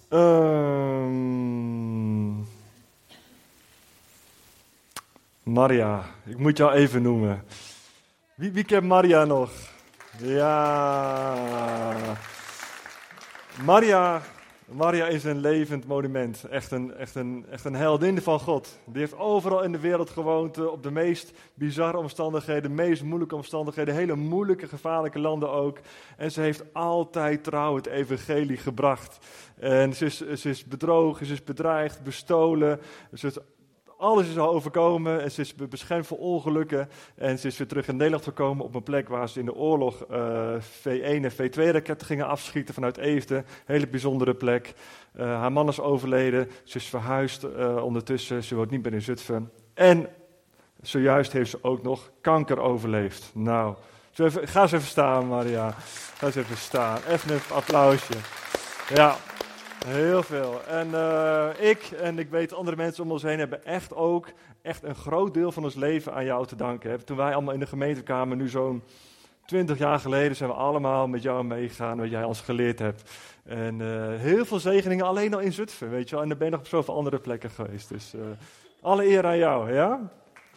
Maria, ik moet jou even noemen. Wie kent Maria nog? Ja. Maria is een levend monument. Echt een heldin van God. Die heeft overal in de wereld gewoond, op de meest bizarre omstandigheden, de meest moeilijke omstandigheden, hele moeilijke, gevaarlijke landen ook. En ze heeft altijd trouw het evangelie gebracht. En ze is bedrogen, ze is bedreigd, bestolen. Alles is al overkomen en ze is beschermd voor ongelukken. En ze is weer terug in Nederland gekomen op een plek waar ze in de oorlog V1 en V2-raketten gingen afschieten vanuit Eefde. Hele bijzondere plek. Haar man is overleden. Ze is verhuisd ondertussen. Ze woont niet meer in Zutphen. En zojuist heeft ze ook nog kanker overleefd. Nou, ga eens even staan, Maria. Ga eens even staan. Even een applausje. Ja. Heel veel. En ik weet andere mensen om ons heen hebben echt een groot deel van ons leven aan jou te danken. Toen wij allemaal in de gemeente kwamen, nu zo'n 20 jaar geleden, zijn we allemaal met jou meegegaan, wat jij ons geleerd hebt. En heel veel zegeningen alleen al in Zutphen, weet je wel. En dan ben je nog op zoveel andere plekken geweest. Dus alle eer aan jou, ja?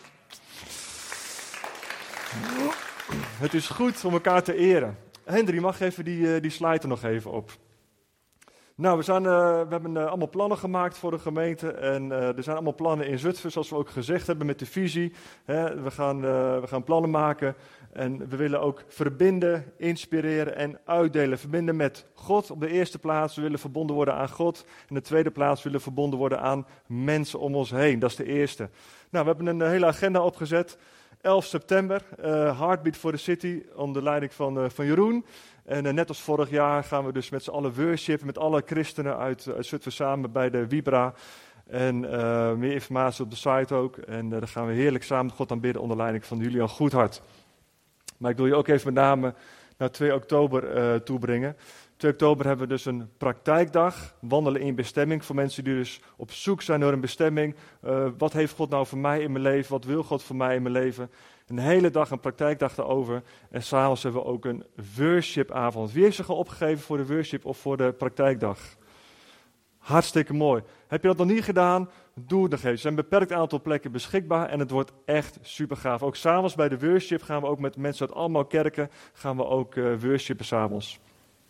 Het is goed om elkaar te eren. Hendrik, mag even die slide er nog even op. Nou, we hebben allemaal plannen gemaakt voor de gemeente en er zijn allemaal plannen in Zutphen, zoals we ook gezegd hebben met de visie. We gaan plannen maken en we willen ook verbinden, inspireren en uitdelen. Verbinden met God op de eerste plaats, we willen verbonden worden aan God. En de tweede plaats willen we verbonden worden aan mensen om ons heen, dat is de eerste. Nou, we hebben een hele agenda opgezet. 11 september, Heartbeat for the City, onder leiding van Jeroen. En net als vorig jaar gaan we dus met z'n allen worshipen, met alle christenen uit Zutphen samen bij de Vibra. En meer informatie op de site ook. En dan gaan we heerlijk samen God aanbidden onder leiding van Julian Goedhart. Maar ik wil je ook even met name naar 2 oktober toebrengen. 2 oktober hebben we dus een praktijkdag, wandelen in bestemming, voor mensen die dus op zoek zijn naar een bestemming. Wat heeft God nou voor mij in mijn leven? Wat wil God voor mij in mijn leven? Een hele dag, een praktijkdag daarover. En s'avonds hebben we ook een worshipavond. Wie heeft zich al opgegeven voor de worship of voor de praktijkdag? Hartstikke mooi. Heb je dat nog niet gedaan? Doe het nog even. Er zijn een beperkt aantal plekken beschikbaar en het wordt echt super gaaf. Ook s'avonds bij de worship gaan we ook met mensen uit allemaal kerken gaan we ook worshipen s'avonds.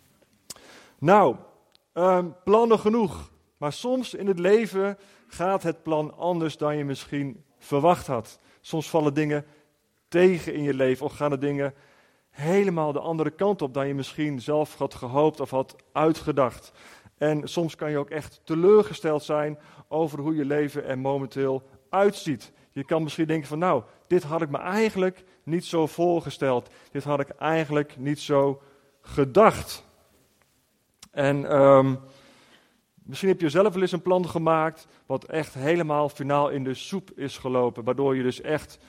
Nou, plannen genoeg. Maar soms in het leven gaat het plan anders dan je misschien verwacht had. Soms vallen dingen tegen in je leven of gaan de dingen helemaal de andere kant op dan je misschien zelf had gehoopt of had uitgedacht. En soms kan je ook echt teleurgesteld zijn over hoe je leven er momenteel uitziet. Je kan misschien denken van nou, dit had ik me eigenlijk niet zo voorgesteld. Dit had ik eigenlijk niet zo gedacht. En misschien heb je zelf wel eens een plan gemaakt wat echt helemaal finaal in de soep is gelopen. Waardoor je dus echt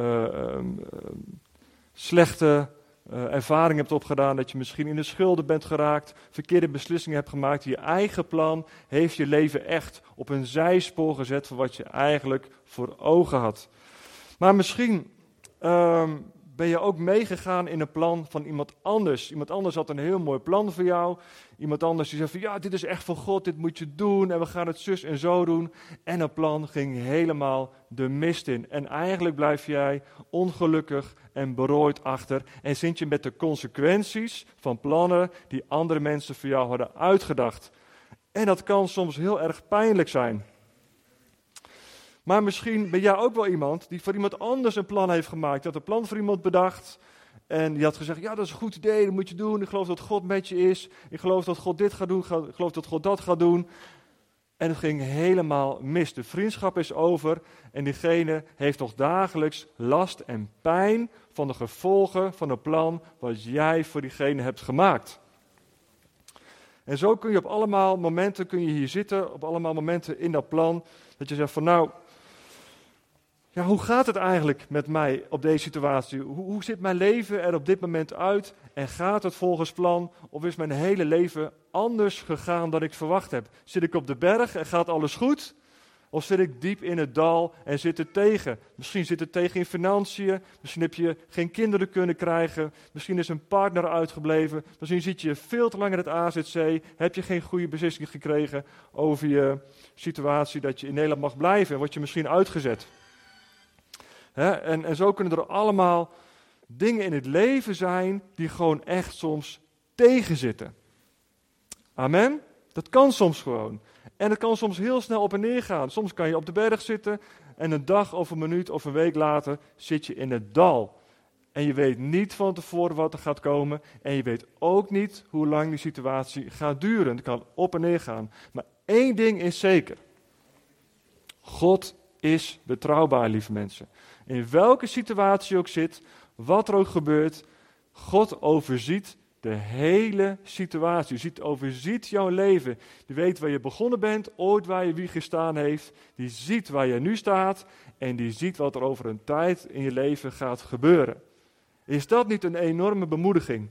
slechte ervaring hebt opgedaan. Dat je misschien in de schulden bent geraakt. Verkeerde beslissingen hebt gemaakt. Je eigen plan heeft je leven echt op een zijspoor gezet van wat je eigenlijk voor ogen had. Maar misschien ben je ook meegegaan in een plan van iemand anders. Iemand anders had een heel mooi plan voor jou. Iemand anders die zei van ja, dit is echt van God, dit moet je doen en we gaan het zus en zo doen. En het plan ging helemaal de mist in. En eigenlijk blijf jij ongelukkig en berooid achter. En zit je met de consequenties van plannen die andere mensen voor jou hadden uitgedacht. En dat kan soms heel erg pijnlijk zijn. Maar misschien ben jij ook wel iemand die voor iemand anders een plan heeft gemaakt. Je had een plan voor iemand bedacht en die had gezegd, ja dat is een goed idee, dat moet je doen. Ik geloof dat God met je is. Ik geloof dat God dit gaat doen, ik geloof dat God dat gaat doen. En het ging helemaal mis. De vriendschap is over en diegene heeft nog dagelijks last en pijn van de gevolgen van het plan wat jij voor diegene hebt gemaakt. En zo kun je op allemaal momenten hier zitten, op allemaal momenten in dat plan, dat je zegt van nou, ja, hoe gaat het eigenlijk met mij op deze situatie? Hoe ziet mijn leven er op dit moment uit? En gaat het volgens plan? Of is mijn hele leven anders gegaan dan ik verwacht heb? Zit ik op de berg en gaat alles goed? Of zit ik diep in het dal en zit het tegen? Misschien zit het tegen in financiën. Misschien heb je geen kinderen kunnen krijgen. Misschien is een partner uitgebleven. Misschien zit je veel te lang in het AZC. Heb je geen goede beslissing gekregen over je situatie dat je in Nederland mag blijven. En word je misschien uitgezet. En zo kunnen er allemaal dingen in het leven zijn die gewoon echt soms tegenzitten. Amen? Dat kan soms gewoon. En het kan soms heel snel op en neer gaan. Soms kan je op de berg zitten en een dag of een minuut of een week later zit je in het dal. En je weet niet van tevoren wat er gaat komen. En je weet ook niet hoe lang die situatie gaat duren. Het kan op en neer gaan. Maar één ding is zeker. God is betrouwbaar, lieve mensen. In welke situatie je ook zit, wat er ook gebeurt, God overziet de hele situatie. Overziet jouw leven. Die weet waar je begonnen bent, ooit waar je wie gestaan heeft. Die ziet waar je nu staat en die ziet wat er over een tijd in je leven gaat gebeuren. Is dat niet een enorme bemoediging?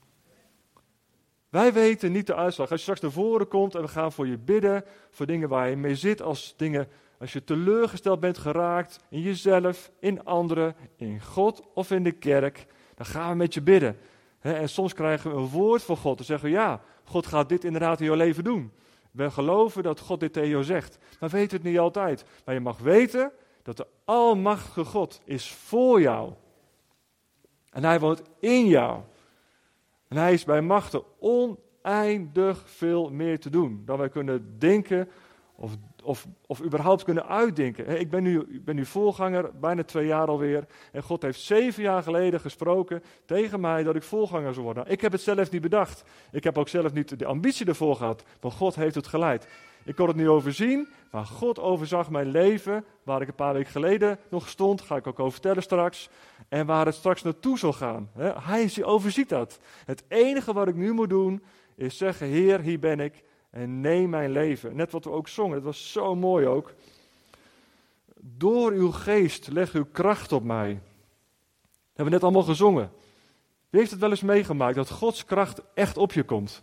Wij weten niet de uitslag. Als je straks naar voren komt en we gaan voor je bidden, voor dingen waar je mee zit, als je teleurgesteld bent geraakt in jezelf, in anderen, in God of in de kerk, dan gaan we met je bidden. En soms krijgen we een woord van God en zeggen we, ja, God gaat dit inderdaad in jouw leven doen. We geloven dat God dit tegen jou zegt, maar weten het niet altijd. Maar je mag weten dat de almachtige God is voor jou. En hij woont in jou. En hij is bij machten oneindig veel meer te doen dan wij kunnen denken of überhaupt kunnen uitdenken. Ik ben nu voorganger, bijna 2 jaar alweer. En God heeft 7 jaar geleden gesproken tegen mij dat ik voorganger zou worden. Ik heb het zelf niet bedacht. Ik heb ook zelf niet de ambitie ervoor gehad. Maar God heeft het geleid. Ik kon het niet overzien, maar God overzag mijn leven. Waar ik een paar weken geleden nog stond, ga ik ook over vertellen straks. En waar het straks naartoe zal gaan. Hij overziet dat. Het enige wat ik nu moet doen, is zeggen, Heer, hier ben ik. En neem mijn leven. Net wat we ook zongen, dat was zo mooi ook. Door uw geest leg uw kracht op mij. Dat hebben we net allemaal gezongen. Wie heeft het wel eens meegemaakt dat Gods kracht echt op je komt?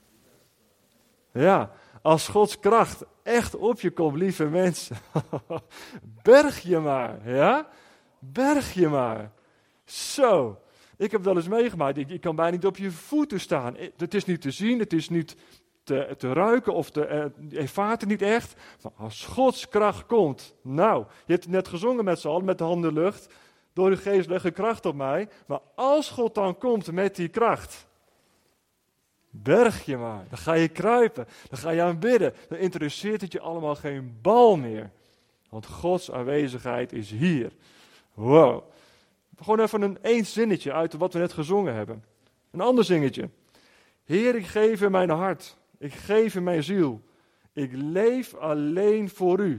Ja, als Gods kracht echt op je komt, lieve mensen. Berg je maar, ja? Berg je maar. Zo. Ik heb het wel eens meegemaakt. Je kan bijna niet op je voeten staan. Het is niet te zien, het is niet te ruiken of je ervaart het niet echt. Maar als Gods kracht komt, nou, je hebt het net gezongen met z'n allen, met de handen in de lucht. Door de geest leg je kracht op mij. Maar als God dan komt met die kracht, berg je maar. Dan ga je kruipen, dan ga je aanbidden. Dan interesseert het je allemaal geen bal meer. Want Gods aanwezigheid is hier. Wow. Gewoon even één zinnetje uit wat we net gezongen hebben. Een ander zingetje. Heer, ik geef in mijn hart. Ik geef in mijn ziel. Ik leef alleen voor u.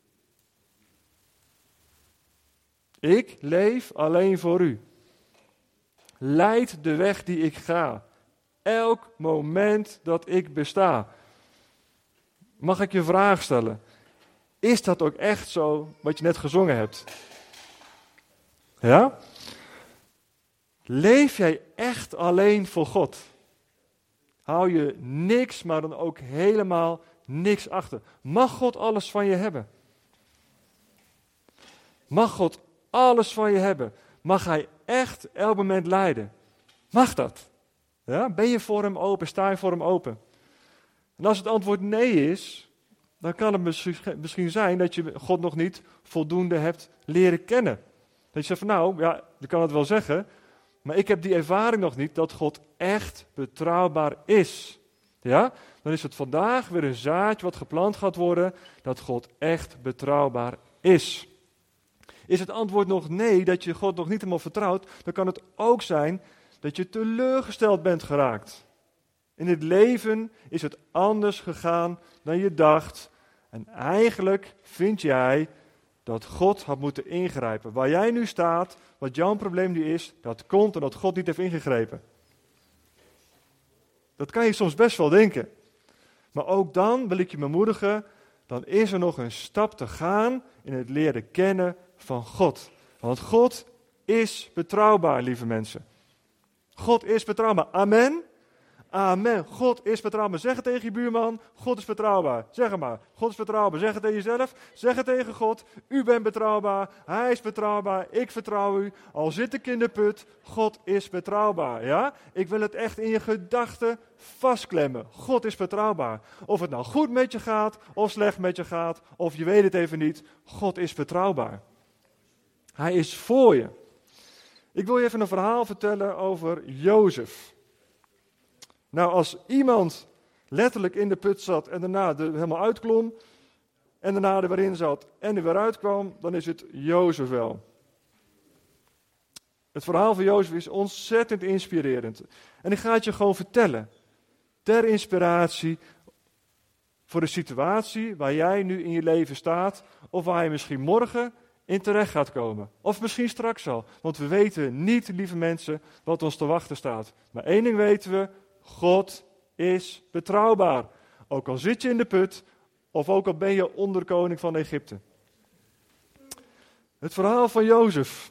Ik leef alleen voor u. Leid de weg die ik ga. Elk moment dat ik besta. Mag ik je een vraag stellen? Is dat ook echt zo wat je net gezongen hebt? Ja? Leef jij echt alleen voor God? Hou je niks, maar dan ook helemaal niks achter. Mag God alles van je hebben? Mag God alles van je hebben? Mag Hij echt elk moment leiden? Mag dat? Ja? Ben je voor Hem open? Sta je voor Hem open? En als het antwoord nee is, dan kan het misschien zijn dat je God nog niet voldoende hebt leren kennen. Dat je zegt van nou, ja, je kan het wel zeggen, maar ik heb die ervaring nog niet dat God echt betrouwbaar is. Ja? Dan is het vandaag weer een zaadje wat geplant gaat worden, dat God echt betrouwbaar is. Is het antwoord nog nee, dat je God nog niet helemaal vertrouwt, dan kan het ook zijn dat je teleurgesteld bent geraakt. In het leven is het anders gegaan dan je dacht. En eigenlijk vind jij dat God had moeten ingrijpen. Waar jij nu staat, wat jouw probleem nu is, dat komt omdat God niet heeft ingegrepen. Dat kan je soms best wel denken. Maar ook dan wil ik je bemoedigen, dan is er nog een stap te gaan in het leren kennen van God. Want God is betrouwbaar, lieve mensen. God is betrouwbaar. Amen? Amen. God is betrouwbaar. Zeg het tegen je buurman. God is betrouwbaar. Zeg het maar. God is betrouwbaar. Zeg het tegen jezelf. Zeg het tegen God. U bent betrouwbaar. Hij is betrouwbaar. Ik vertrouw u. Al zit ik in de put. God is betrouwbaar. Ja? Ik wil het echt in je gedachten vastklemmen. God is betrouwbaar. Of het nou goed met je gaat of slecht met je gaat. Of je weet het even niet. God is betrouwbaar. Hij is voor je. Ik wil je even een verhaal vertellen over Jozef. Nou, als iemand letterlijk in de put zat en daarna er helemaal uitklom, en daarna er weer in zat en er weer uitkwam, dan is het Jozef wel. Het verhaal van Jozef is ontzettend inspirerend. En ik ga het je gewoon vertellen. Ter inspiratie voor de situatie waar jij nu in je leven staat, of waar je misschien morgen in terecht gaat komen. Of misschien straks al. Want we weten niet, lieve mensen, wat ons te wachten staat. Maar één ding weten we. God is betrouwbaar. Ook al zit je in de put, of ook al ben je onderkoning van Egypte. Het verhaal van Jozef.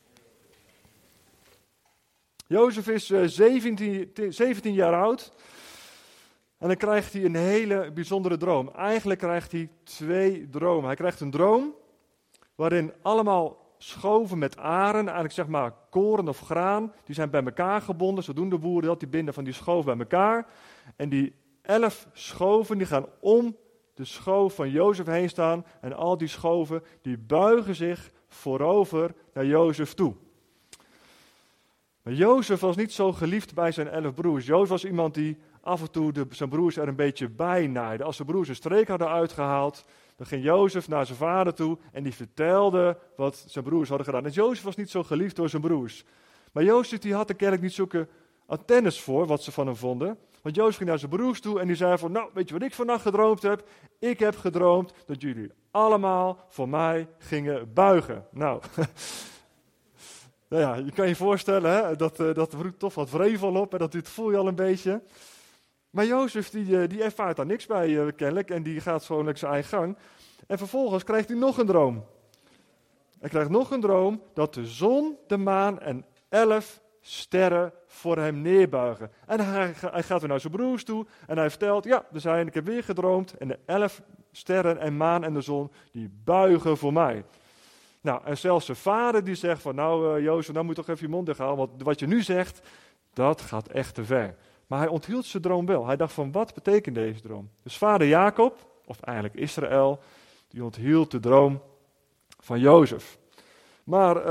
Jozef is 17 jaar oud. En dan krijgt hij een hele bijzondere droom. Eigenlijk krijgt hij 2 dromen. Hij krijgt een droom waarin allemaal schoven met aren, eigenlijk zeg maar koren of graan, die zijn bij elkaar gebonden. Zo doen de boeren dat, die binden van die schoof bij elkaar. En die 11 schoven die gaan om de schoof van Jozef heen staan. En al die schoven die buigen zich voorover naar Jozef toe. Maar Jozef was niet zo geliefd bij zijn 11 broers. Jozef was iemand die af en toe zijn broers er een beetje bij naaide. Als zijn broers een streek hadden uitgehaald, dan ging Jozef naar zijn vader toe en die vertelde wat zijn broers hadden gedaan. En Jozef was niet zo geliefd door zijn broers. Maar Jozef die had er kennelijk niet zulke antennes voor, wat ze van hem vonden. Want Jozef ging naar zijn broers toe en die zei van, nou, weet je wat ik vannacht gedroomd heb? Ik heb gedroomd dat jullie allemaal voor mij gingen buigen. Nou, nou ja, je kan je voorstellen, hè, dat roept toch wat wrevel op en dat voel je al een beetje. Maar Jozef die ervaart daar niks bij kennelijk en die gaat gewoon naar zijn eigen gang. En vervolgens krijgt hij nog een droom. Hij krijgt nog een droom dat de zon, de maan en 11 sterren voor hem neerbuigen. En hij gaat weer naar zijn broers toe en hij vertelt, ja, ik heb weer gedroomd en de 11 sterren en maan en de zon, die buigen voor mij. Nou, en zelfs zijn vader die zegt van, nou Jozef, nou moet je toch even je mond dicht houden, want wat je nu zegt, dat gaat echt te ver. Maar hij onthield zijn droom wel. Hij dacht van, wat betekent deze droom? Dus vader Jacob, of eigenlijk Israël, die onthield de droom van Jozef. Maar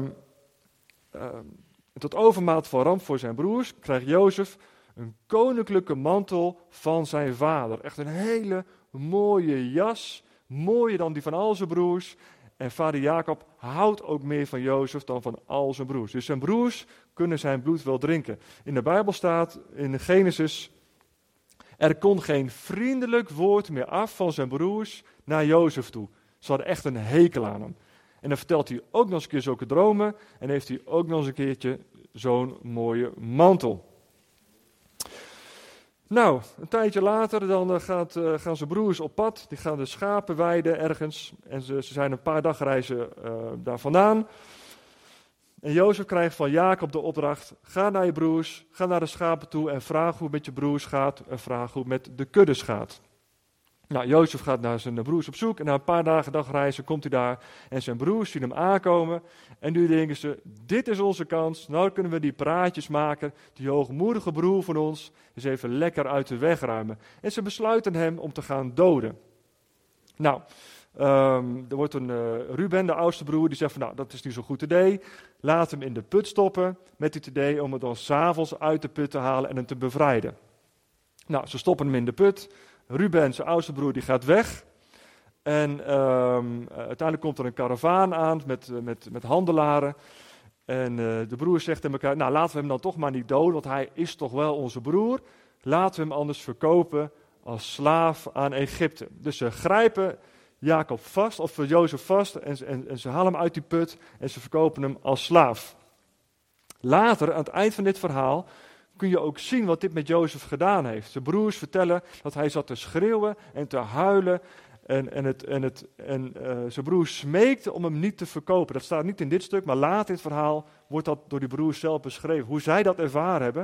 tot overmaat van ramp voor zijn broers krijgt Jozef een koninklijke mantel van zijn vader. Echt een hele mooie jas, mooier dan die van al zijn broers. En vader Jacob houdt ook meer van Jozef dan van al zijn broers. Dus zijn broers kunnen zijn bloed wel drinken. In de Bijbel staat, in Genesis, er kon geen vriendelijk woord meer af van zijn broers naar Jozef toe. Ze hadden echt een hekel aan hem. En dan vertelt hij ook nog eens een keer zulke dromen en heeft hij ook nog eens een keertje zo'n mooie mantel. Nou, een tijdje later dan gaan zijn broers op pad. Die gaan de schapen weiden ergens. En ze zijn een paar dagreizen daar vandaan. En Jozef krijgt van Jacob de opdracht, ga naar je broers, ga naar de schapen toe en vraag hoe het met je broers gaat. En vraag hoe het met de kuddes gaat. Nou, Jozef gaat naar zijn broers op zoek en na een paar dagen dagreizen komt hij daar. En zijn broers zien hem aankomen en nu denken ze, dit is onze kans. Nou kunnen we die praatjes maken, die hoogmoedige broer van ons, eens even lekker uit de weg ruimen. En ze besluiten hem om te gaan doden. Nou, er wordt Ruben, de oudste broer, die zegt van, nou, dat is niet zo'n goed idee. Laat hem in de put stoppen met dit idee om het dan 's avonds uit de put te halen en hem te bevrijden. Nou, ze stoppen hem in de put. Ruben, zijn oudste broer, die gaat weg. En uiteindelijk komt er een karavaan aan met handelaren. En de broer zegt tegen elkaar, nou laten we hem dan toch maar niet doden, want hij is toch wel onze broer. Laten we hem anders verkopen als slaaf aan Egypte. Dus ze grijpen Jacob vast, of Jozef vast, en ze halen hem uit die put en ze verkopen hem als slaaf. Later, aan het eind van dit verhaal, kun je ook zien wat dit met Jozef gedaan heeft. Zijn broers vertellen dat hij zat te schreeuwen en te huilen. En zijn broers smeekten om hem niet te verkopen. Dat staat niet in dit stuk, maar later in het verhaal wordt dat door die broers zelf beschreven. Hoe zij dat ervaren hebben.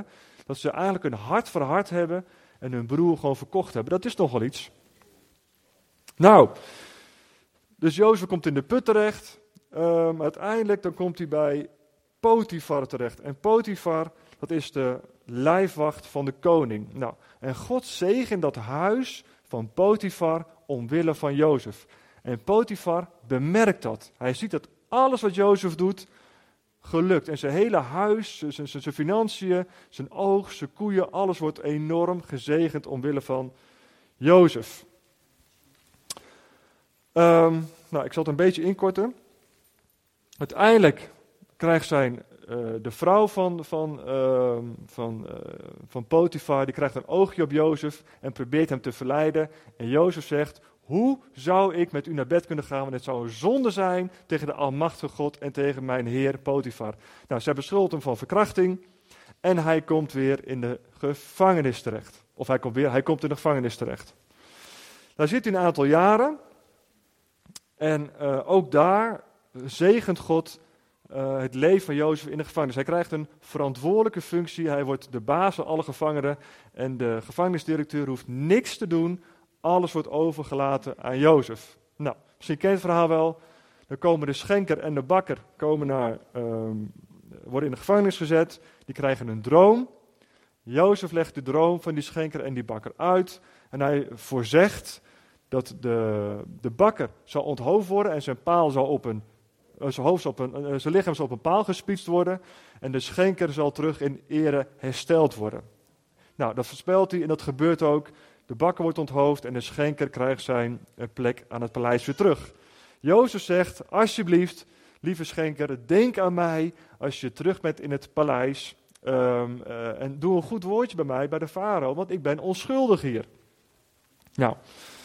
Dat ze eigenlijk hun hart verhard hebben en hun broer gewoon verkocht hebben. Dat is toch wel iets. Nou, dus Jozef komt in de put terecht. Uiteindelijk dan komt hij bij Potifar terecht. En Potifar, dat is de lijfwacht van de koning. Nou, en God zegent dat huis van Potifar omwille van Jozef. En Potifar bemerkt dat. Hij ziet dat alles wat Jozef doet gelukt. En zijn hele huis, zijn financiën, zijn oogst, zijn koeien, alles wordt enorm gezegend omwille van Jozef. Nou, ik zal het een beetje inkorten. Uiteindelijk krijgt de vrouw van Potifar, die krijgt een oogje op Jozef en probeert hem te verleiden. En Jozef zegt, hoe zou ik met u naar bed kunnen gaan, want het zou een zonde zijn tegen de almachtige God en tegen mijn heer Potifar. Nou, zij beschuldigt hem van verkrachting en hij komt weer in de gevangenis terecht. Of hij komt in de gevangenis terecht. Daar zit hij een aantal jaren en ook daar zegent God het leven van Jozef in de gevangenis. Hij krijgt een verantwoordelijke functie. Hij wordt de baas van alle gevangenen. En de gevangenisdirecteur hoeft niks te doen. Alles wordt overgelaten aan Jozef. Nou, misschien kent het verhaal wel. Dan komen de schenker en de bakker worden in de gevangenis gezet. Die krijgen een droom. Jozef legt de droom van die schenker en die bakker uit. En hij voorzegt dat de bakker zal onthoofd worden en zijn paal zal zijn lichaam zal op een paal gespietst worden en de schenker zal terug in ere hersteld worden. Nou, dat voorspelt hij en dat gebeurt ook. De bakker wordt onthoofd en de schenker krijgt zijn plek aan het paleis weer terug. Jozef zegt, alsjeblieft, lieve schenker, denk aan mij als je terug bent in het paleis en doe een goed woordje bij mij, bij de farao, want ik ben onschuldig hier. Nou,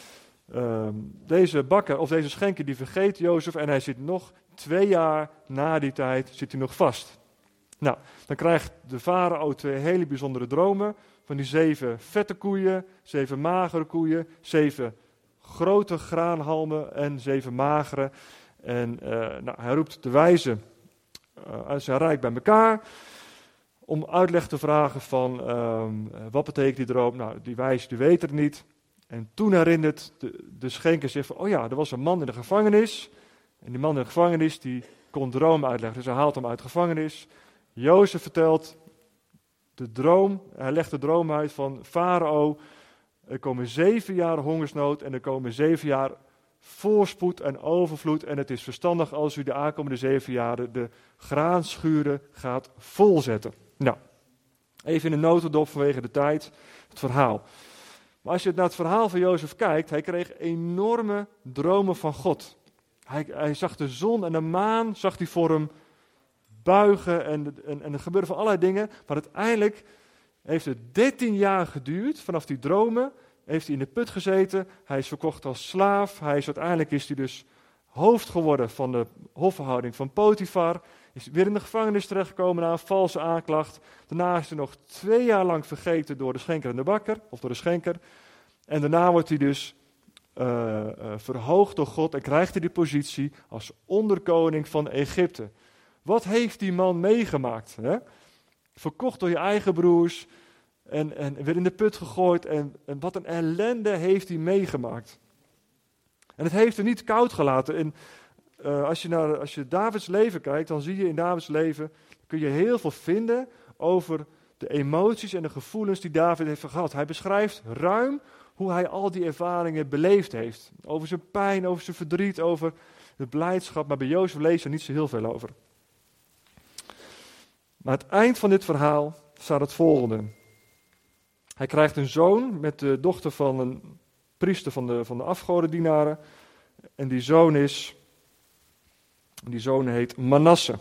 deze bakker of deze schenker die vergeet Jozef en hij zit nog 2 jaar na die tijd zit hij nog vast. Nou, dan krijgt de farao 2 hele bijzondere dromen van die 7 vette koeien, 7 magere koeien, 7 grote graanhalmen en 7 magere. En hij roept de wijzen uit zijn rijk bij elkaar om uitleg te vragen van wat betekent die droom. Nou, die wijzen die weten het niet. En toen herinnert de schenker zich van, oh ja, er was een man in de gevangenis. En die man in de gevangenis, die kon dromen uitleggen. Dus hij haalt hem uit de gevangenis. Jozef vertelt de droom, hij legt de droom uit van farao. Er komen 7 jaar hongersnood en er komen 7 jaar voorspoed en overvloed. En het is verstandig als u de aankomende 7 jaren de graanschuren gaat volzetten. Nou, even in een notendop vanwege de tijd, het verhaal. Maar als je naar het verhaal van Jozef kijkt, hij kreeg enorme dromen van God. Hij zag de zon en de maan, zag hij voor hem buigen en er gebeurde van allerlei dingen. Maar uiteindelijk heeft het 13 jaar geduurd, vanaf die dromen, heeft hij in de put gezeten. Hij is verkocht als slaaf. Uiteindelijk is hij dus hoofd geworden van de hofhouding van Potifar. Is weer in de gevangenis terechtgekomen na een valse aanklacht. Daarna is hij nog 2 jaar lang vergeten door de schenker en de bakker, of door de schenker. En daarna wordt hij dus verhoogd door God en krijgt hij die positie als onderkoning van Egypte. Wat heeft die man meegemaakt? Hè? Verkocht door je eigen broers en weer in de put gegooid. En wat een ellende heeft hij meegemaakt. En het heeft hem niet koud gelaten. En als je Davids leven kijkt, dan zie je in Davids leven, kun je heel veel vinden over de emoties en de gevoelens die David heeft gehad. Hij beschrijft ruim hoe hij al die ervaringen beleefd heeft. Over zijn pijn, over zijn verdriet, over de blijdschap. Maar bij Jozef lees je er niet zo heel veel over. Maar aan het eind van dit verhaal staat het volgende. Hij krijgt een zoon met de dochter van een priester van de afgodendienaren. En die zoon heet Manasse.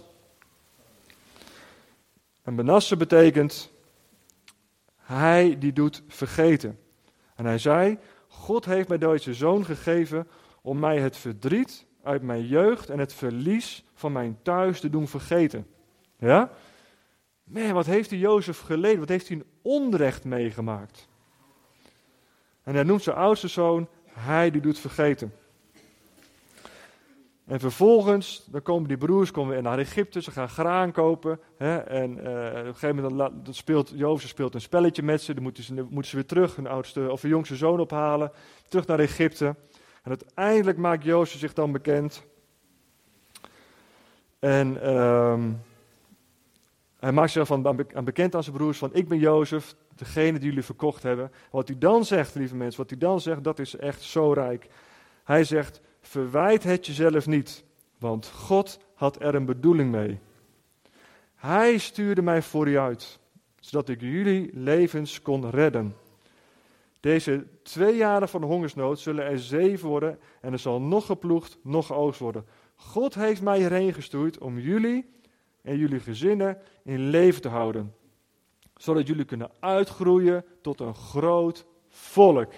En Manasse betekent, hij die doet vergeten. En hij zei, God heeft mij deze zoon gegeven om mij het verdriet uit mijn jeugd en het verlies van mijn thuis te doen vergeten. Ja? Man, wat heeft die Jozef geleden? Wat heeft hij een onrecht meegemaakt? En hij noemt zijn oudste zoon, hij die doet vergeten. En vervolgens, dan komen die broers weer naar Egypte, ze gaan graan kopen. En op een gegeven moment speelt Jozef een spelletje met ze, dan moeten ze weer terug, hun oudste of hun jongste zoon ophalen, terug naar Egypte. En uiteindelijk maakt Jozef zich dan bekend. En hij maakt zich bekend aan zijn broers van, ik ben Jozef, degene die jullie verkocht hebben. Wat hij dan zegt, lieve mensen, wat hij dan zegt, dat is echt zo rijk. Hij zegt, verwijt het jezelf niet, want God had er een bedoeling mee. Hij stuurde mij voor u uit, zodat ik jullie levens kon redden. Deze 2 jaren van hongersnood zullen er 7 worden en er zal nog geploegd, nog geoogst worden. God heeft mij hierheen gestuurd om jullie en jullie gezinnen in leven te houden, zodat jullie kunnen uitgroeien tot een groot volk.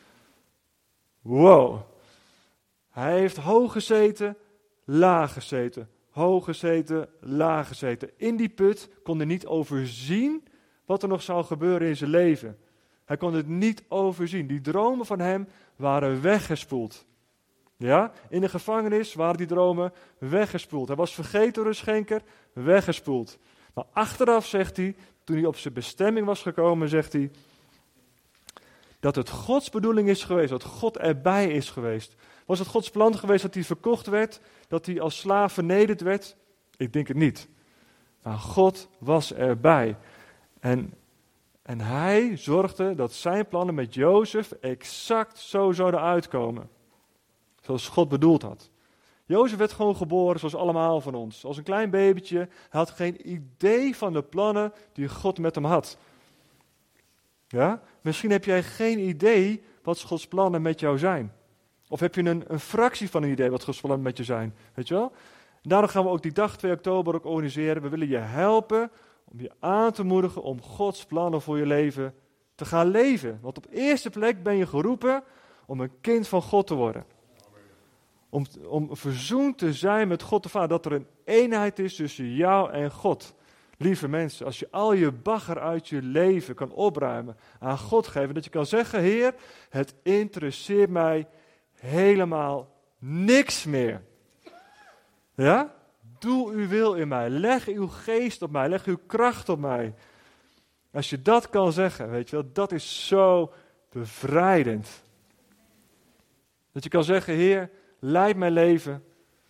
Wow. Hij heeft hoog gezeten, laag gezeten, hoog gezeten, laag gezeten. In die put kon hij niet overzien wat er nog zou gebeuren in zijn leven. Hij kon het niet overzien. Die dromen van hem waren weggespoeld. Ja, in de gevangenis waren die dromen weggespoeld. Hij was vergeten door een schenker, weggespoeld. Maar achteraf zegt hij, toen hij op zijn bestemming was gekomen, zegt hij dat het Gods bedoeling is geweest, dat God erbij is geweest. Was het Gods plan geweest dat hij verkocht werd, dat hij als slaaf vernederd werd? Ik denk het niet. Maar God was erbij. En hij zorgde dat zijn plannen met Jozef exact zo zouden uitkomen. Zoals God bedoeld had. Jozef werd gewoon geboren zoals allemaal van ons. Als een klein babytje. Hij had geen idee van de plannen die God met hem had. Ja? Misschien heb jij geen idee wat Gods plannen met jou zijn. Of heb je een fractie van een idee wat Gods plannen met je zijn. Weet je wel? En daarom gaan we ook die dag 2 oktober ook organiseren. We willen je helpen om je aan te moedigen om Gods plannen voor je leven te gaan leven. Want op eerste plek ben je geroepen om een kind van God te worden. Om verzoend te zijn met God de Vader. Dat er een eenheid is tussen jou en God. Lieve mensen, als je al je bagger uit je leven kan opruimen, aan God geven, dat je kan zeggen, Heer, het interesseert mij helemaal niks meer. Ja? Doe uw wil in mij. Leg uw geest op mij. Leg uw kracht op mij. Als je dat kan zeggen, weet je wel, dat is zo bevrijdend. Dat je kan zeggen, Heer, leid mijn leven.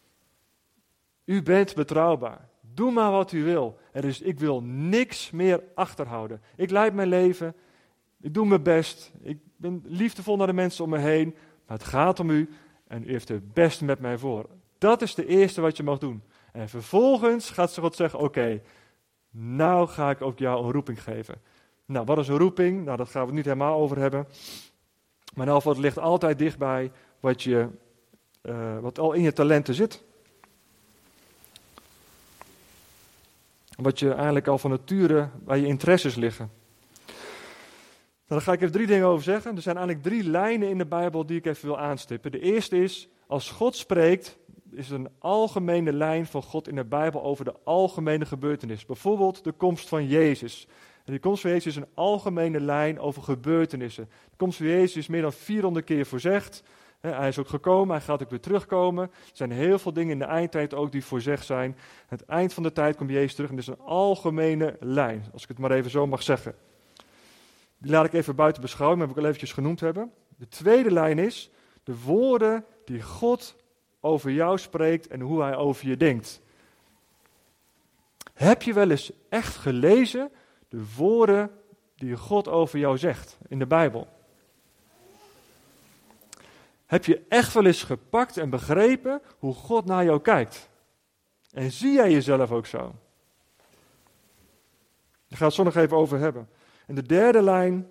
U bent betrouwbaar. Doe maar wat u wil. Ik wil niks meer achterhouden. Ik leid mijn leven. Ik doe mijn best. Ik ben liefdevol naar de mensen om me heen. Maar het gaat om u. En u heeft het beste met mij voor. Dat is de eerste wat je mag doen. En vervolgens gaat God zeggen, oké, nou ga ik ook jou een roeping geven. Nou, wat is een roeping? Nou, daar gaan we het niet helemaal over hebben. Maar in elk geval, het ligt altijd dichtbij wat al in je talenten zit. Wat je eigenlijk al van nature bij je interesses liggen. Nou, daar ga ik even 3 dingen over zeggen. Er zijn eigenlijk 3 lijnen in de Bijbel die ik even wil aanstippen. De eerste is, als God spreekt, is er een algemene lijn van God in de Bijbel over de algemene gebeurtenis. Bijvoorbeeld de komst van Jezus. En die komst van Jezus is een algemene lijn over gebeurtenissen. De komst van Jezus is meer dan 400 keer voorzegd. Hij is ook gekomen, hij gaat ook weer terugkomen. Er zijn heel veel dingen in de eindtijd ook die voorzegd zijn. Aan het eind van de tijd komt Jezus terug en dit is een algemene lijn, als ik het maar even zo mag zeggen. Die laat ik even buiten beschouwing, maar heb ik al eventjes genoemd hebben. De tweede lijn is de woorden die God over jou spreekt en hoe hij over je denkt. Heb je wel eens echt gelezen de woorden die God over jou zegt in de Bijbel? Heb je echt wel eens gepakt en begrepen hoe God naar jou kijkt? En zie jij jezelf ook zo? Daar gaan we het zo nog even over hebben. En de derde lijn,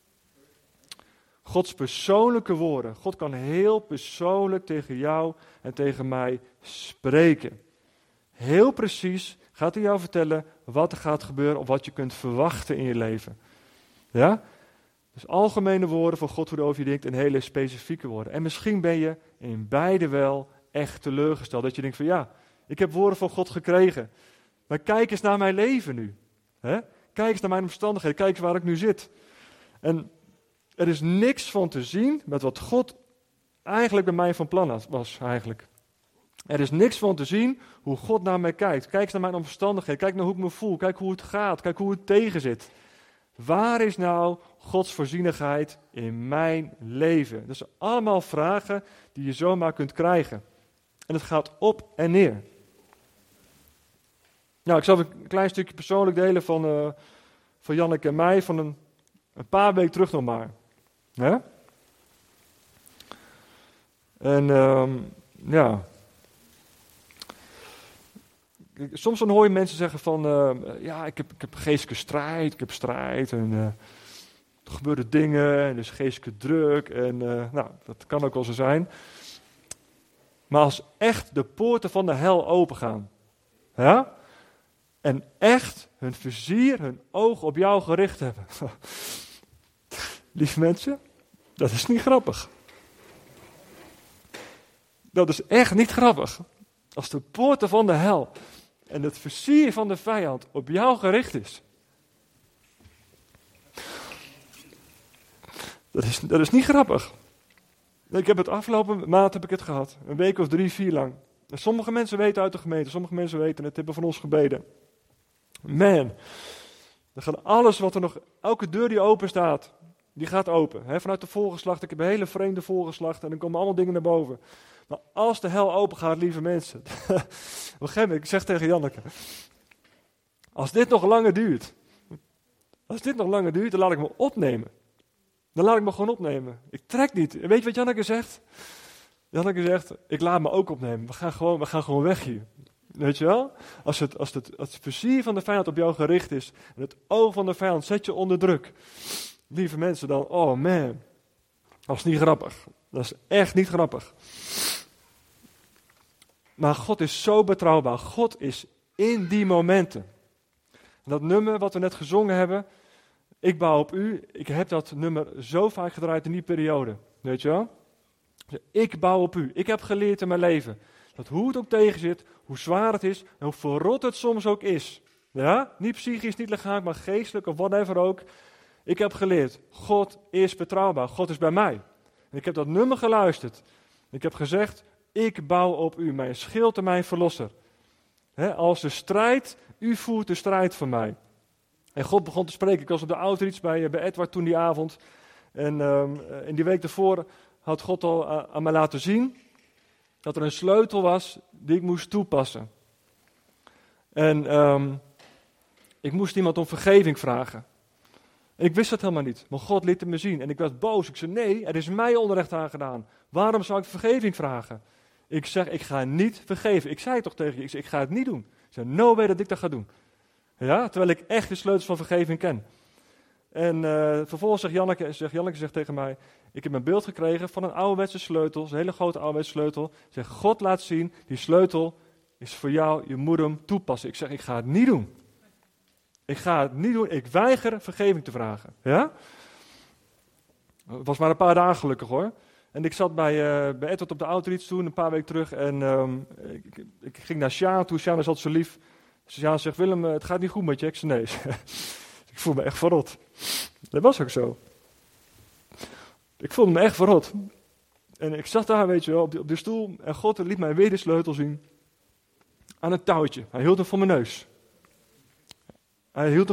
Gods persoonlijke woorden. God kan heel persoonlijk tegen jou en tegen mij spreken. Heel precies gaat hij jou vertellen wat er gaat gebeuren of wat je kunt verwachten in je leven. Ja? Dus algemene woorden van God hoe hij over je denkt en hele specifieke woorden. En misschien ben je in beide wel echt teleurgesteld. Dat je denkt van ja, ik heb woorden van God gekregen. Maar kijk eens naar mijn leven nu. Hè? Kijk eens naar mijn omstandigheden. Kijk eens waar ik nu zit. En er is niks van te zien met wat God eigenlijk bij mij van plan was eigenlijk. Er is niks van te zien hoe God naar mij kijkt. Kijk eens naar mijn omstandigheden. Kijk naar hoe ik me voel. Kijk hoe het gaat. Kijk hoe het tegenzit. Waar is nou Gods voorzienigheid in mijn leven? Dat zijn allemaal vragen die je zomaar kunt krijgen. En het gaat op en neer. Nou, ik zal een klein stukje persoonlijk delen van Janneke en mij van een paar weken terug nog maar. Hè? En ja. Soms dan hoor je mensen zeggen van, ja, ik heb geestelijke strijd, ik heb strijd en er gebeuren dingen en er is geestelijke druk en nou, dat kan ook wel zo zijn. Maar als echt de poorten van de hel opengaan, ja, en echt hun vizier, hun oog op jou gericht hebben. Lieve mensen, dat is niet grappig. Dat is echt niet grappig. Als de poorten van de hel en het vizier van de vijand op jou gericht is. Dat is niet grappig. Ik heb het afgelopen maand heb ik het gehad. Een week of 3, 4 lang. En sommige mensen weten uit de gemeente, sommige mensen weten het, hebben van ons gebeden. Man, dan gaat alles wat er nog, elke deur die open staat, die gaat open. He, vanuit de voorgeslacht, ik heb een hele vreemde voorgeslacht en dan komen allemaal dingen naar boven. Maar als de hel open gaat, lieve mensen, op een gegeven moment, ik zeg tegen Janneke, als dit nog langer duurt, dan laat ik me opnemen. Dan laat ik me gewoon opnemen. Ik trek niet. En weet je wat Janneke zegt? Janneke zegt, ik laat me ook opnemen. We gaan gewoon weg hier. Weet je wel? Als het vizier van de vijand op jou gericht is, en het oog van de vijand zet je onder druk. Lieve mensen, dan, oh man, dat is niet grappig. Dat is echt niet grappig. Maar God is zo betrouwbaar. God is in die momenten. En dat nummer wat we net gezongen hebben, ik bouw op u. Ik heb dat nummer zo vaak gedraaid in die periode. Weet je wel? Ik bouw op u. Ik heb geleerd in mijn leven dat hoe het ook tegen zit, hoe zwaar het is en hoe verrot het soms ook is. Ja? Niet psychisch, niet lichamelijk, maar geestelijk of whatever ook. Ik heb geleerd, God is betrouwbaar. God is bij mij. En ik heb dat nummer geluisterd. Ik heb gezegd, ik bouw op u, mijn schild en mijn verlosser. Als de strijd, u voert de strijd voor mij. En God begon te spreken. Ik was op de outreach bij Edward toen die avond. En in die week daarvoor had God al aan mij laten zien dat er een sleutel was die ik moest toepassen. En ik moest iemand om vergeving vragen. En ik wist dat helemaal niet, maar God liet het me zien. En ik werd boos. Ik zei, nee, er is mij onrecht aangedaan. Waarom zou ik vergeving vragen? Ik zeg, ik ga niet vergeven. Ik zei het toch tegen je, ik ga het niet doen. Ik zei, no way dat ik dat ga doen. Ja, terwijl ik echt de sleutels van vergeving ken. En vervolgens zegt Janneke tegen mij, ik heb een beeld gekregen van een ouderwetse sleutel, een hele grote ouderwetse sleutel. Zeg, God laat zien, die sleutel is voor jou, je moet hem toepassen. Ik zeg, ik ga het niet doen. Ik ga het niet doen, ik weiger vergeving te vragen. Ja? Het was maar een paar dagen gelukkig hoor. En ik zat bij Edward op de outreach toen, een paar weken terug. En ik ging naar Sjaan toe, Sjaan is altijd zo lief. Sjaan zegt, Willem, het gaat niet goed met je. Ik zei, nee. Ik voel me echt verrot. Dat was ook zo. Ik voelde me echt verrot. En ik zat daar, weet je wel, op de stoel. En God liet mij weer de sleutel zien. Aan een touwtje. Hij hield hem voor mijn neus. Hij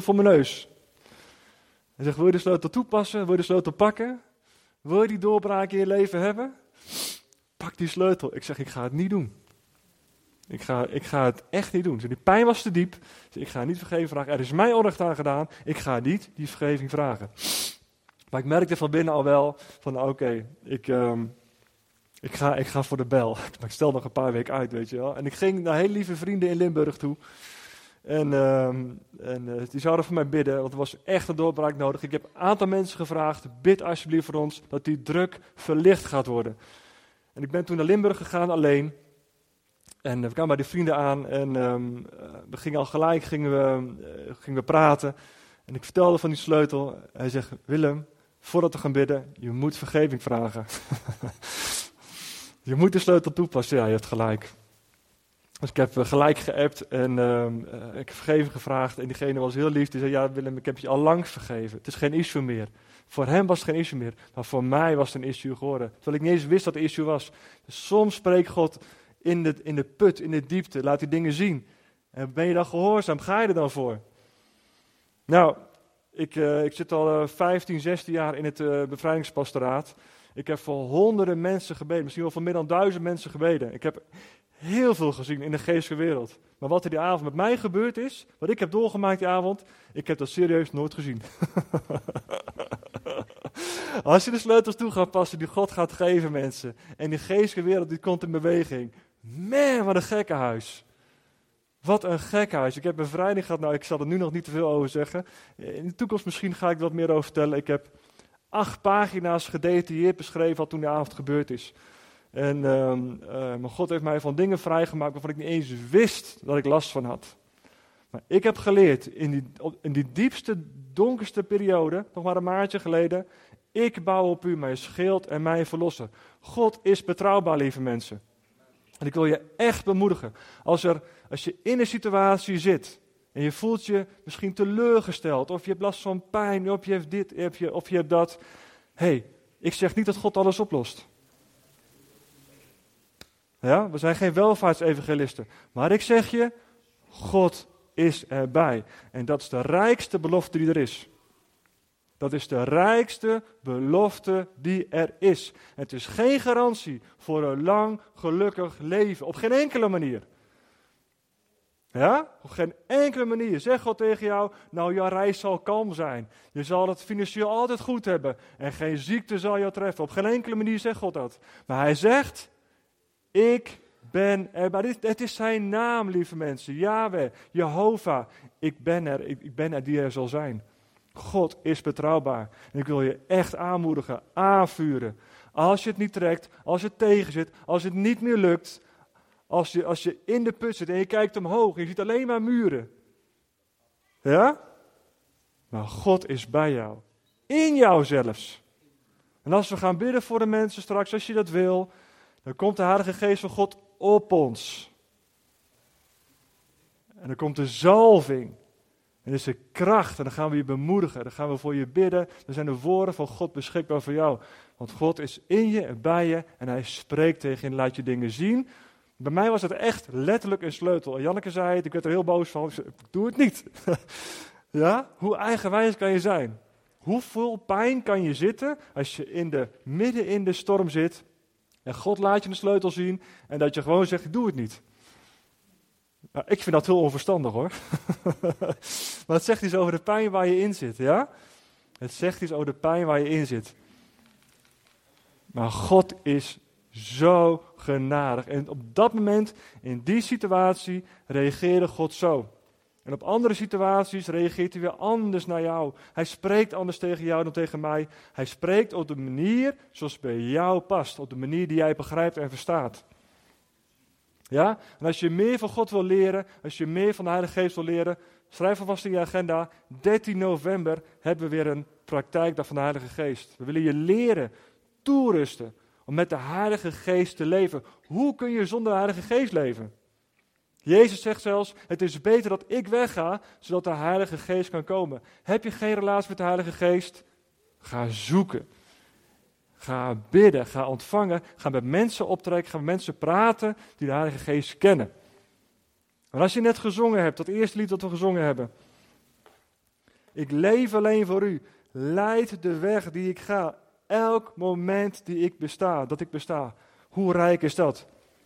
zegt, wil je de sleutel toepassen? Wil je de sleutel pakken? Wil je die doorbraak in je leven hebben? Pak die sleutel. Ik zeg, ik ga het niet doen. Ik ga het echt niet doen. Die pijn was te diep. Ik ga niet vergeving vragen. Er is mij onrecht aan gedaan. Ik ga niet die vergeving vragen. Maar ik merkte van binnen al wel van oké, ik ga voor de bel. Maar ik stel nog een paar weken uit, weet je wel. En ik ging naar hele lieve vrienden in Limburg toe. En die zouden voor mij bidden, want er was echt een doorbraak nodig. Ik heb een aantal mensen gevraagd, bid alsjeblieft voor ons, dat die druk verlicht gaat worden. En ik ben toen naar Limburg gegaan alleen. En we kwamen bij die vrienden aan en we gingen al gelijk gingen we praten. En ik vertelde van die sleutel. Hij zegt, Willem, voordat we gaan bidden, je moet vergeving vragen. Je moet de sleutel toepassen. Ja, je hebt gelijk. Dus ik heb gelijk geappt en ik heb vergeving gevraagd. En diegene was heel lief. Die zei, ja Willem, ik heb je al lang vergeven. Het is geen issue meer. Voor hem was het geen issue meer. Maar voor mij was het een issue geworden. Terwijl ik niet eens wist dat het een issue was. Dus soms spreekt God in de put, in de diepte. Laat die dingen zien. En ben je dan gehoorzaam? Ga je er dan voor? Nou, ik zit al 15, 16 jaar in het bevrijdingspastoraat. Ik heb voor honderden mensen gebeden. Misschien wel voor meer dan 1000 mensen gebeden. Ik heb heel veel gezien in de geestelijke wereld. Maar wat er die avond met mij gebeurd is, wat ik heb doorgemaakt die avond, ik heb dat serieus nooit gezien. Als je de sleutels toe gaat passen die God gaat geven, mensen, en die geestelijke wereld die komt in beweging. Man, wat een gekkenhuis. Wat een gekkenhuis. Ik heb bevrijding gehad, nou ik zal er nu nog niet te veel over zeggen. In de toekomst misschien ga ik er wat meer over vertellen. Ik heb 8 pagina's gedetailleerd beschreven wat toen de avond gebeurd is. En maar God heeft mij van dingen vrijgemaakt waarvan ik niet eens wist dat ik last van had. Maar ik heb geleerd in die diepste, donkerste periode, nog maar een maandje geleden, ik bouw op u mijn schild en mijn verlosser. God is betrouwbaar, lieve mensen. En ik wil je echt bemoedigen. Als je in een situatie zit en je voelt je misschien teleurgesteld, of je hebt last van pijn, of je hebt dit, of je hebt dat. Ik zeg niet dat God alles oplost. Ja, we zijn geen welvaartsevangelisten. Maar ik zeg je, God is erbij. En dat is de rijkste belofte die er is. Dat is de rijkste belofte die er is. Het is geen garantie voor een lang, gelukkig leven. Op geen enkele manier. Ja? Op geen enkele manier. Zegt God tegen jou, nou jouw reis zal kalm zijn. Je zal het financieel altijd goed hebben. En geen ziekte zal jou treffen. Op geen enkele manier zegt God dat. Maar hij zegt, ik ben erbij. Het is zijn naam, lieve mensen. Yahweh, Jehovah. Ik ben er die er zal zijn. God is betrouwbaar. En ik wil je echt aanmoedigen, aanvuren. Als je het niet trekt, als het tegen zit, als het niet meer lukt, als je in de put zit en je kijkt omhoog en je ziet alleen maar muren. Ja? Maar God is bij jou. In jou zelfs. En als we gaan bidden voor de mensen straks, als je dat wil, dan komt de Heilige Geest van God op ons. En dan komt de zalving. En is er kracht en dan gaan we je bemoedigen, dan gaan we voor je bidden. Dan zijn de woorden van God beschikbaar voor jou. Want God is in je en bij je en hij spreekt tegen je en laat je dingen zien. Bij mij was het echt letterlijk een sleutel. En Janneke zei het, ik werd er heel boos van. Ik zei, doe het niet. Ja? Hoe eigenwijs kan je zijn? Hoeveel pijn kan je zitten als je midden in de storm zit en God laat je de sleutel zien en dat je gewoon zegt, ik doe het niet. Nou, ik vind dat heel onverstandig hoor. Maar het zegt iets over de pijn waar je in zit, ja? Het zegt iets over de pijn waar je in zit. Maar God is zo genadig. En op dat moment, in die situatie, reageerde God zo. En op andere situaties reageert hij weer anders naar jou. Hij spreekt anders tegen jou dan tegen mij. Hij spreekt op de manier zoals bij jou past. Op de manier die jij begrijpt en verstaat. Ja? En als je meer van God wil leren, als je meer van de Heilige Geest wil leren, schrijf alvast in je agenda, 13 november hebben we weer een praktijkdag van de Heilige Geest. We willen je leren, toerusten, om met de Heilige Geest te leven. Hoe kun je zonder de Heilige Geest leven? Jezus zegt zelfs, het is beter dat ik wegga, zodat de Heilige Geest kan komen. Heb je geen relatie met de Heilige Geest? Ga zoeken. Ga bidden, ga ontvangen, ga met mensen optrekken, ga met mensen praten die de Heilige Geest kennen. Maar als je net gezongen hebt, dat eerste lied dat we gezongen hebben. Ik leef alleen voor u, leid de weg die ik ga, elk moment dat ik besta. Hoe rijk is dat?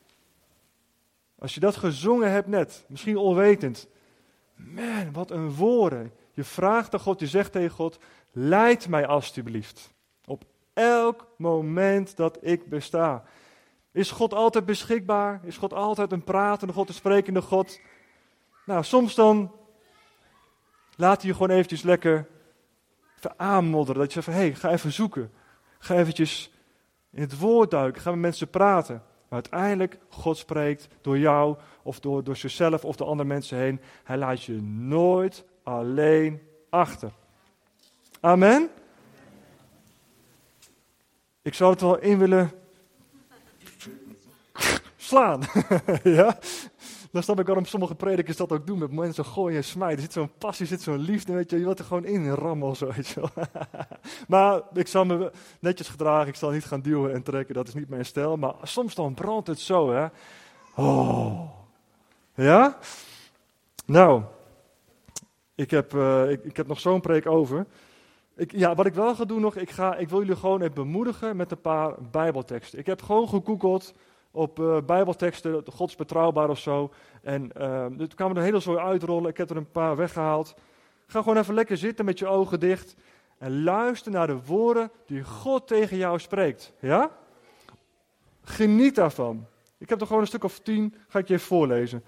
Als je dat gezongen hebt net, misschien onwetend. Man, wat een woorden. Je vraagt aan God, je zegt tegen God, leid mij alstublieft. Op elk moment dat ik besta. Is God altijd beschikbaar? Is God altijd een pratende God, een sprekende God? Nou, soms dan laat hij je gewoon eventjes lekker even aanmodderen. Dat je zegt van, ga even zoeken. Ga eventjes in het woord duiken. Ga met mensen praten. Maar uiteindelijk, God spreekt door jou of door zichzelf of door andere mensen heen. Hij laat je nooit alleen achter. Amen? Ik zou het wel in willen slaan. Ja? Dan snap ik waarom sommige predikers dat ook doen. Met mensen gooien en smijten. Er zit zo'n passie, er zit zo'n liefde. Weet je wilt er gewoon in rammen of zo. Weet je wel. Maar ik zal me netjes gedragen. Ik zal niet gaan duwen en trekken. Dat is niet mijn stijl. Maar soms dan brandt het zo. Hè? Oh. Ja? Nou, ik heb nog zo'n preek over. Wat ik wel ga doen nog, ik wil jullie gewoon even bemoedigen met een paar bijbelteksten. Ik heb gewoon gegoogeld op bijbelteksten, God is betrouwbaar of zo. En er kwamen er hele zooi uitrollen, ik heb er een paar weggehaald. Ga gewoon even lekker zitten met je ogen dicht en luister naar de woorden die God tegen jou spreekt. Ja? Geniet daarvan. Ik heb er gewoon een stuk of 10, ga ik je even voorlezen.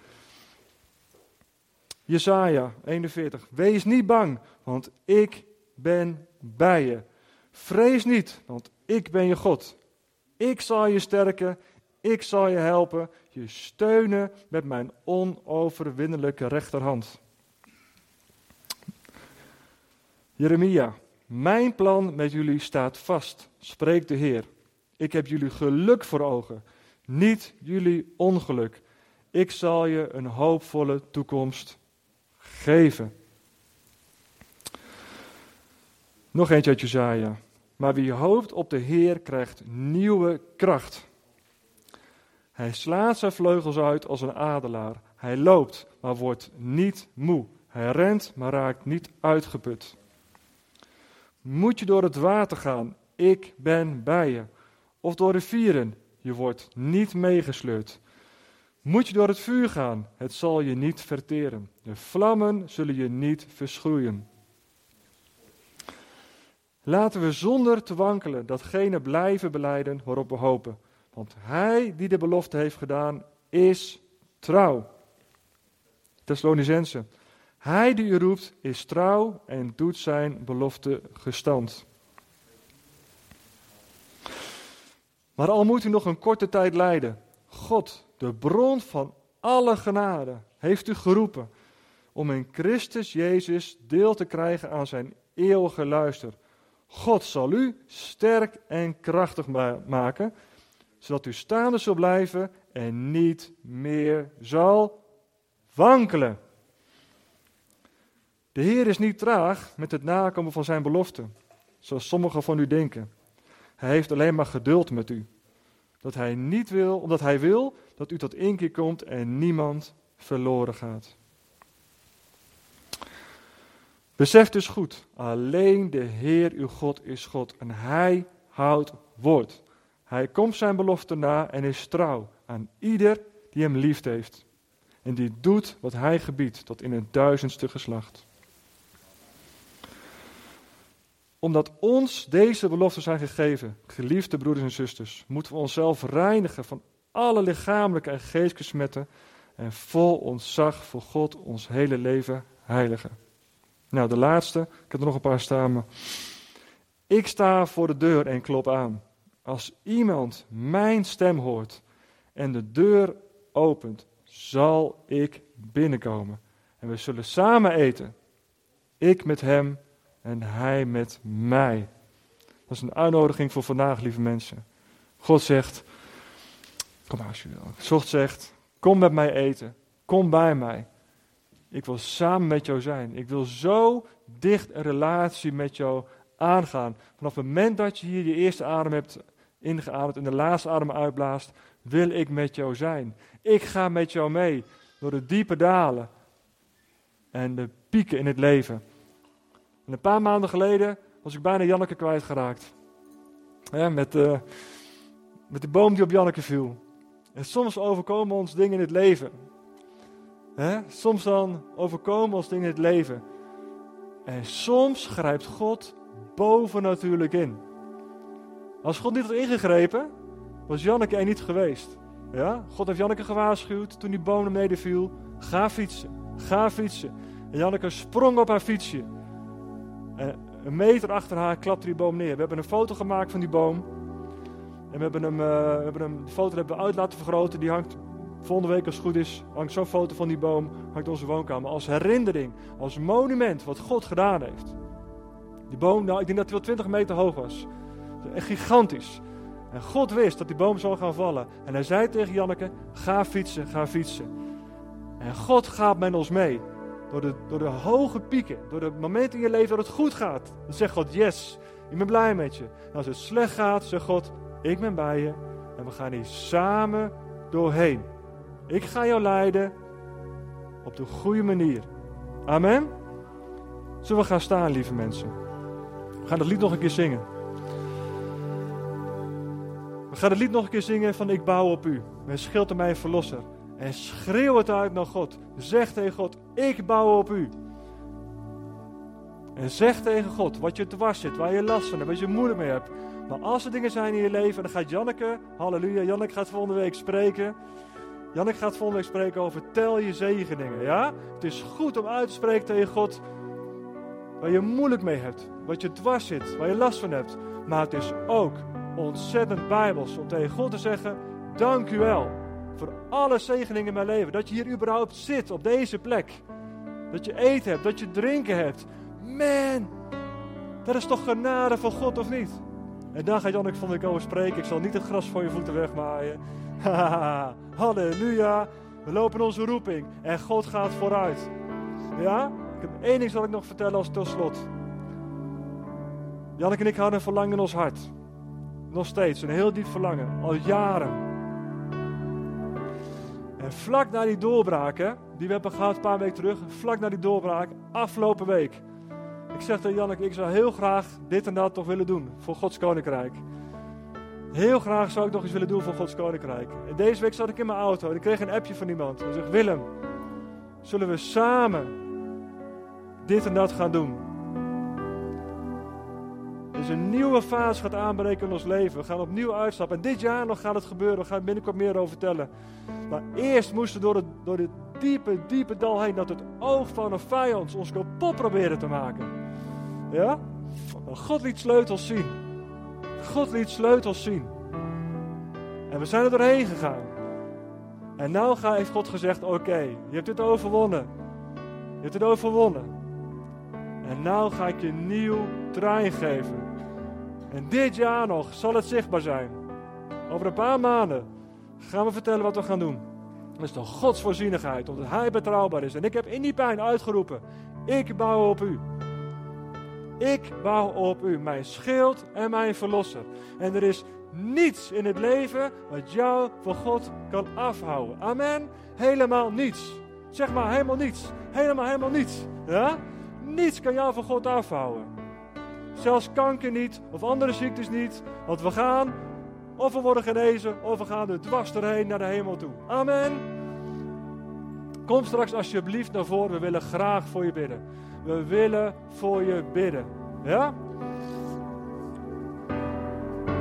Jesaja 41. Wees niet bang, want ik ben bij je. Vrees niet, want ik ben je God. Ik zal je sterken, ik zal je helpen, je steunen met mijn onoverwinnelijke rechterhand. Jeremia. Mijn plan met jullie staat vast, spreekt de Heer. Ik heb jullie geluk voor ogen, niet jullie ongeluk. Ik zal je een hoopvolle toekomst geven. Nog eentje uit Jesaja. Maar wie hoopt op de Heer krijgt nieuwe kracht. Hij slaat zijn vleugels uit als een adelaar. Hij loopt, maar wordt niet moe. Hij rent, maar raakt niet uitgeput. Moet je door het water gaan, ik ben bij je. Of door rivieren, je wordt niet meegesleurd. Moet je door het vuur gaan, het zal je niet verteren. De vlammen zullen je niet verschroeien. Laten we zonder te wankelen datgene blijven belijden waarop we hopen. Want hij die de belofte heeft gedaan, is trouw. Thessalonicenzen. Hij die u roept, is trouw en doet zijn belofte gestand. Maar al moet u nog een korte tijd lijden, God, de bron van alle genade, heeft u geroepen om in Christus Jezus deel te krijgen aan zijn eeuwige luister. God zal u sterk en krachtig maken, zodat u staande zal blijven en niet meer zal wankelen. De Heer is niet traag met het nakomen van zijn belofte, zoals sommigen van u denken. Hij heeft alleen maar geduld met u, omdat hij wil dat u tot inkeer komt en niemand verloren gaat. Besef dus goed, alleen de Heer uw God is God en hij houdt woord. Hij komt zijn belofte na en is trouw aan ieder die hem lief heeft. En die doet wat hij gebiedt tot in het 1000ste geslacht. Omdat ons deze beloften zijn gegeven, geliefde broeders en zusters, moeten we onszelf reinigen van alle lichamelijke en geestelijke smetten en vol ontzag voor God ons hele leven heiligen. Nou, de laatste, ik heb er nog een paar staan. Ik sta voor de deur en klop aan. Als iemand mijn stem hoort en de deur opent, zal ik binnenkomen. En we zullen samen eten. Ik met hem en hij met mij. Dat is een uitnodiging voor vandaag, lieve mensen. God zegt, kom maar als je wil. God zegt, kom met mij eten. Kom bij mij. Ik wil samen met jou zijn. Ik wil zo dicht een relatie met jou aangaan. Vanaf het moment dat je hier je eerste adem hebt ingeademd en de laatste adem uitblaast, wil ik met jou zijn. Ik ga met jou mee door de diepe dalen en de pieken in het leven. En een paar maanden geleden was ik bijna Janneke kwijtgeraakt. Ja, met die boom die op Janneke viel. En soms overkomen ons dingen in het leven. Soms dan overkomen ons dingen in het leven. En soms grijpt God bovennatuurlijk in. Als God niet had ingegrepen, was Janneke er niet geweest. Ja? God heeft Janneke gewaarschuwd toen die boom naar beneden viel. Ga fietsen, ga fietsen. En Janneke sprong op haar fietsje. En een meter achter haar klapte die boom neer. We hebben een foto gemaakt van die boom. En de foto hebben we uit laten vergroten. Die hangt volgende week, als het goed is, hangt zo'n foto van die boom, hangt onze woonkamer. Als herinnering, als monument wat God gedaan heeft. Die boom, nou, ik denk dat hij wel 20 meter hoog was. Echt gigantisch. En God wist dat die boom zou gaan vallen. En hij zei tegen Janneke, ga fietsen, ga fietsen. En God gaat met ons mee. Door de hoge pieken, door de momenten in je leven dat het goed gaat. Dan zegt God, yes, ik ben blij met je. En als het slecht gaat, zegt God, ik ben bij je. En we gaan hier samen doorheen. Ik ga jou leiden op de goede manier. Amen. Zullen we gaan staan, lieve mensen? We gaan het lied nog een keer zingen. We gaan het lied nog een keer zingen van ik bouw op u. Mijn schild en mijn verlosser. En schreeuw het uit naar God. Zeg tegen God, ik bouw op u. En zeg tegen God wat je dwars zit, waar je last van hebt, wat je moeilijk mee hebt. Maar als er dingen zijn in je leven, dan gaat Janneke, halleluja, Janneke gaat volgende week spreken. Janneke gaat volgende week spreken over tel je zegeningen, ja? Het is goed om uit te spreken tegen God waar je moeilijk mee hebt, wat je dwars zit, waar je last van hebt. Maar het is ook ontzettend bijbels om tegen God te zeggen, dank u wel voor alle zegeningen in mijn leven. Dat je hier überhaupt zit, op deze plek. Dat je eten hebt, dat je drinken hebt. Man, dat is toch genade van God, of niet? En dan gaat Janneke van de over spreken. Ik zal niet het gras voor je voeten wegmaaien. Halleluja. We lopen onze roeping. En God gaat vooruit. Ja? Eén ding zal ik nog vertellen als tot slot. Janneke en ik hadden een verlangen in ons hart. Nog steeds, een heel diep verlangen. Al jaren. En vlak na die doorbraak, die we hebben gehad een paar weken terug. Vlak na die doorbraak, afgelopen week. Ik zeg tegen Janneke, ik zou heel graag dit en dat toch willen doen voor Gods Koninkrijk. Heel graag zou ik nog eens willen doen voor Gods Koninkrijk. En deze week zat ik in mijn auto en ik kreeg een appje van iemand. Hij zegt, Willem, zullen we samen dit en dat gaan doen? Dus een nieuwe fase gaat aanbreken in ons leven. We gaan opnieuw uitstappen. En dit jaar nog gaat het gebeuren. We gaan er binnenkort meer over vertellen. Maar eerst moesten we door dit diepe dal heen. Dat het oog van een vijand ons kapot proberen te maken. Ja? Maar God liet sleutels zien. God liet sleutels zien. En we zijn er doorheen gegaan. En nou heeft God gezegd, oké, je hebt dit overwonnen. Je hebt dit overwonnen. En nou ga ik je een nieuw terrein geven. En dit jaar nog zal het zichtbaar zijn. Over een paar maanden gaan we vertellen wat we gaan doen. Dat is de Gods voorzienigheid, omdat Hij betrouwbaar is. En ik heb in die pijn uitgeroepen, ik bouw op u. Ik bouw op u, mijn schild en mijn verlosser. En er is niets in het leven wat jou van God kan afhouden. Amen? Helemaal niets. Zeg maar helemaal niets. Helemaal niets. Ja? Niets kan jou van God afhouden. Zelfs kanker niet, of andere ziektes niet. Want we gaan, of we worden genezen, of we gaan er dwars erheen naar de hemel toe. Amen. Kom straks alsjeblieft naar voren. We willen graag voor je bidden. We willen voor je bidden. Ja?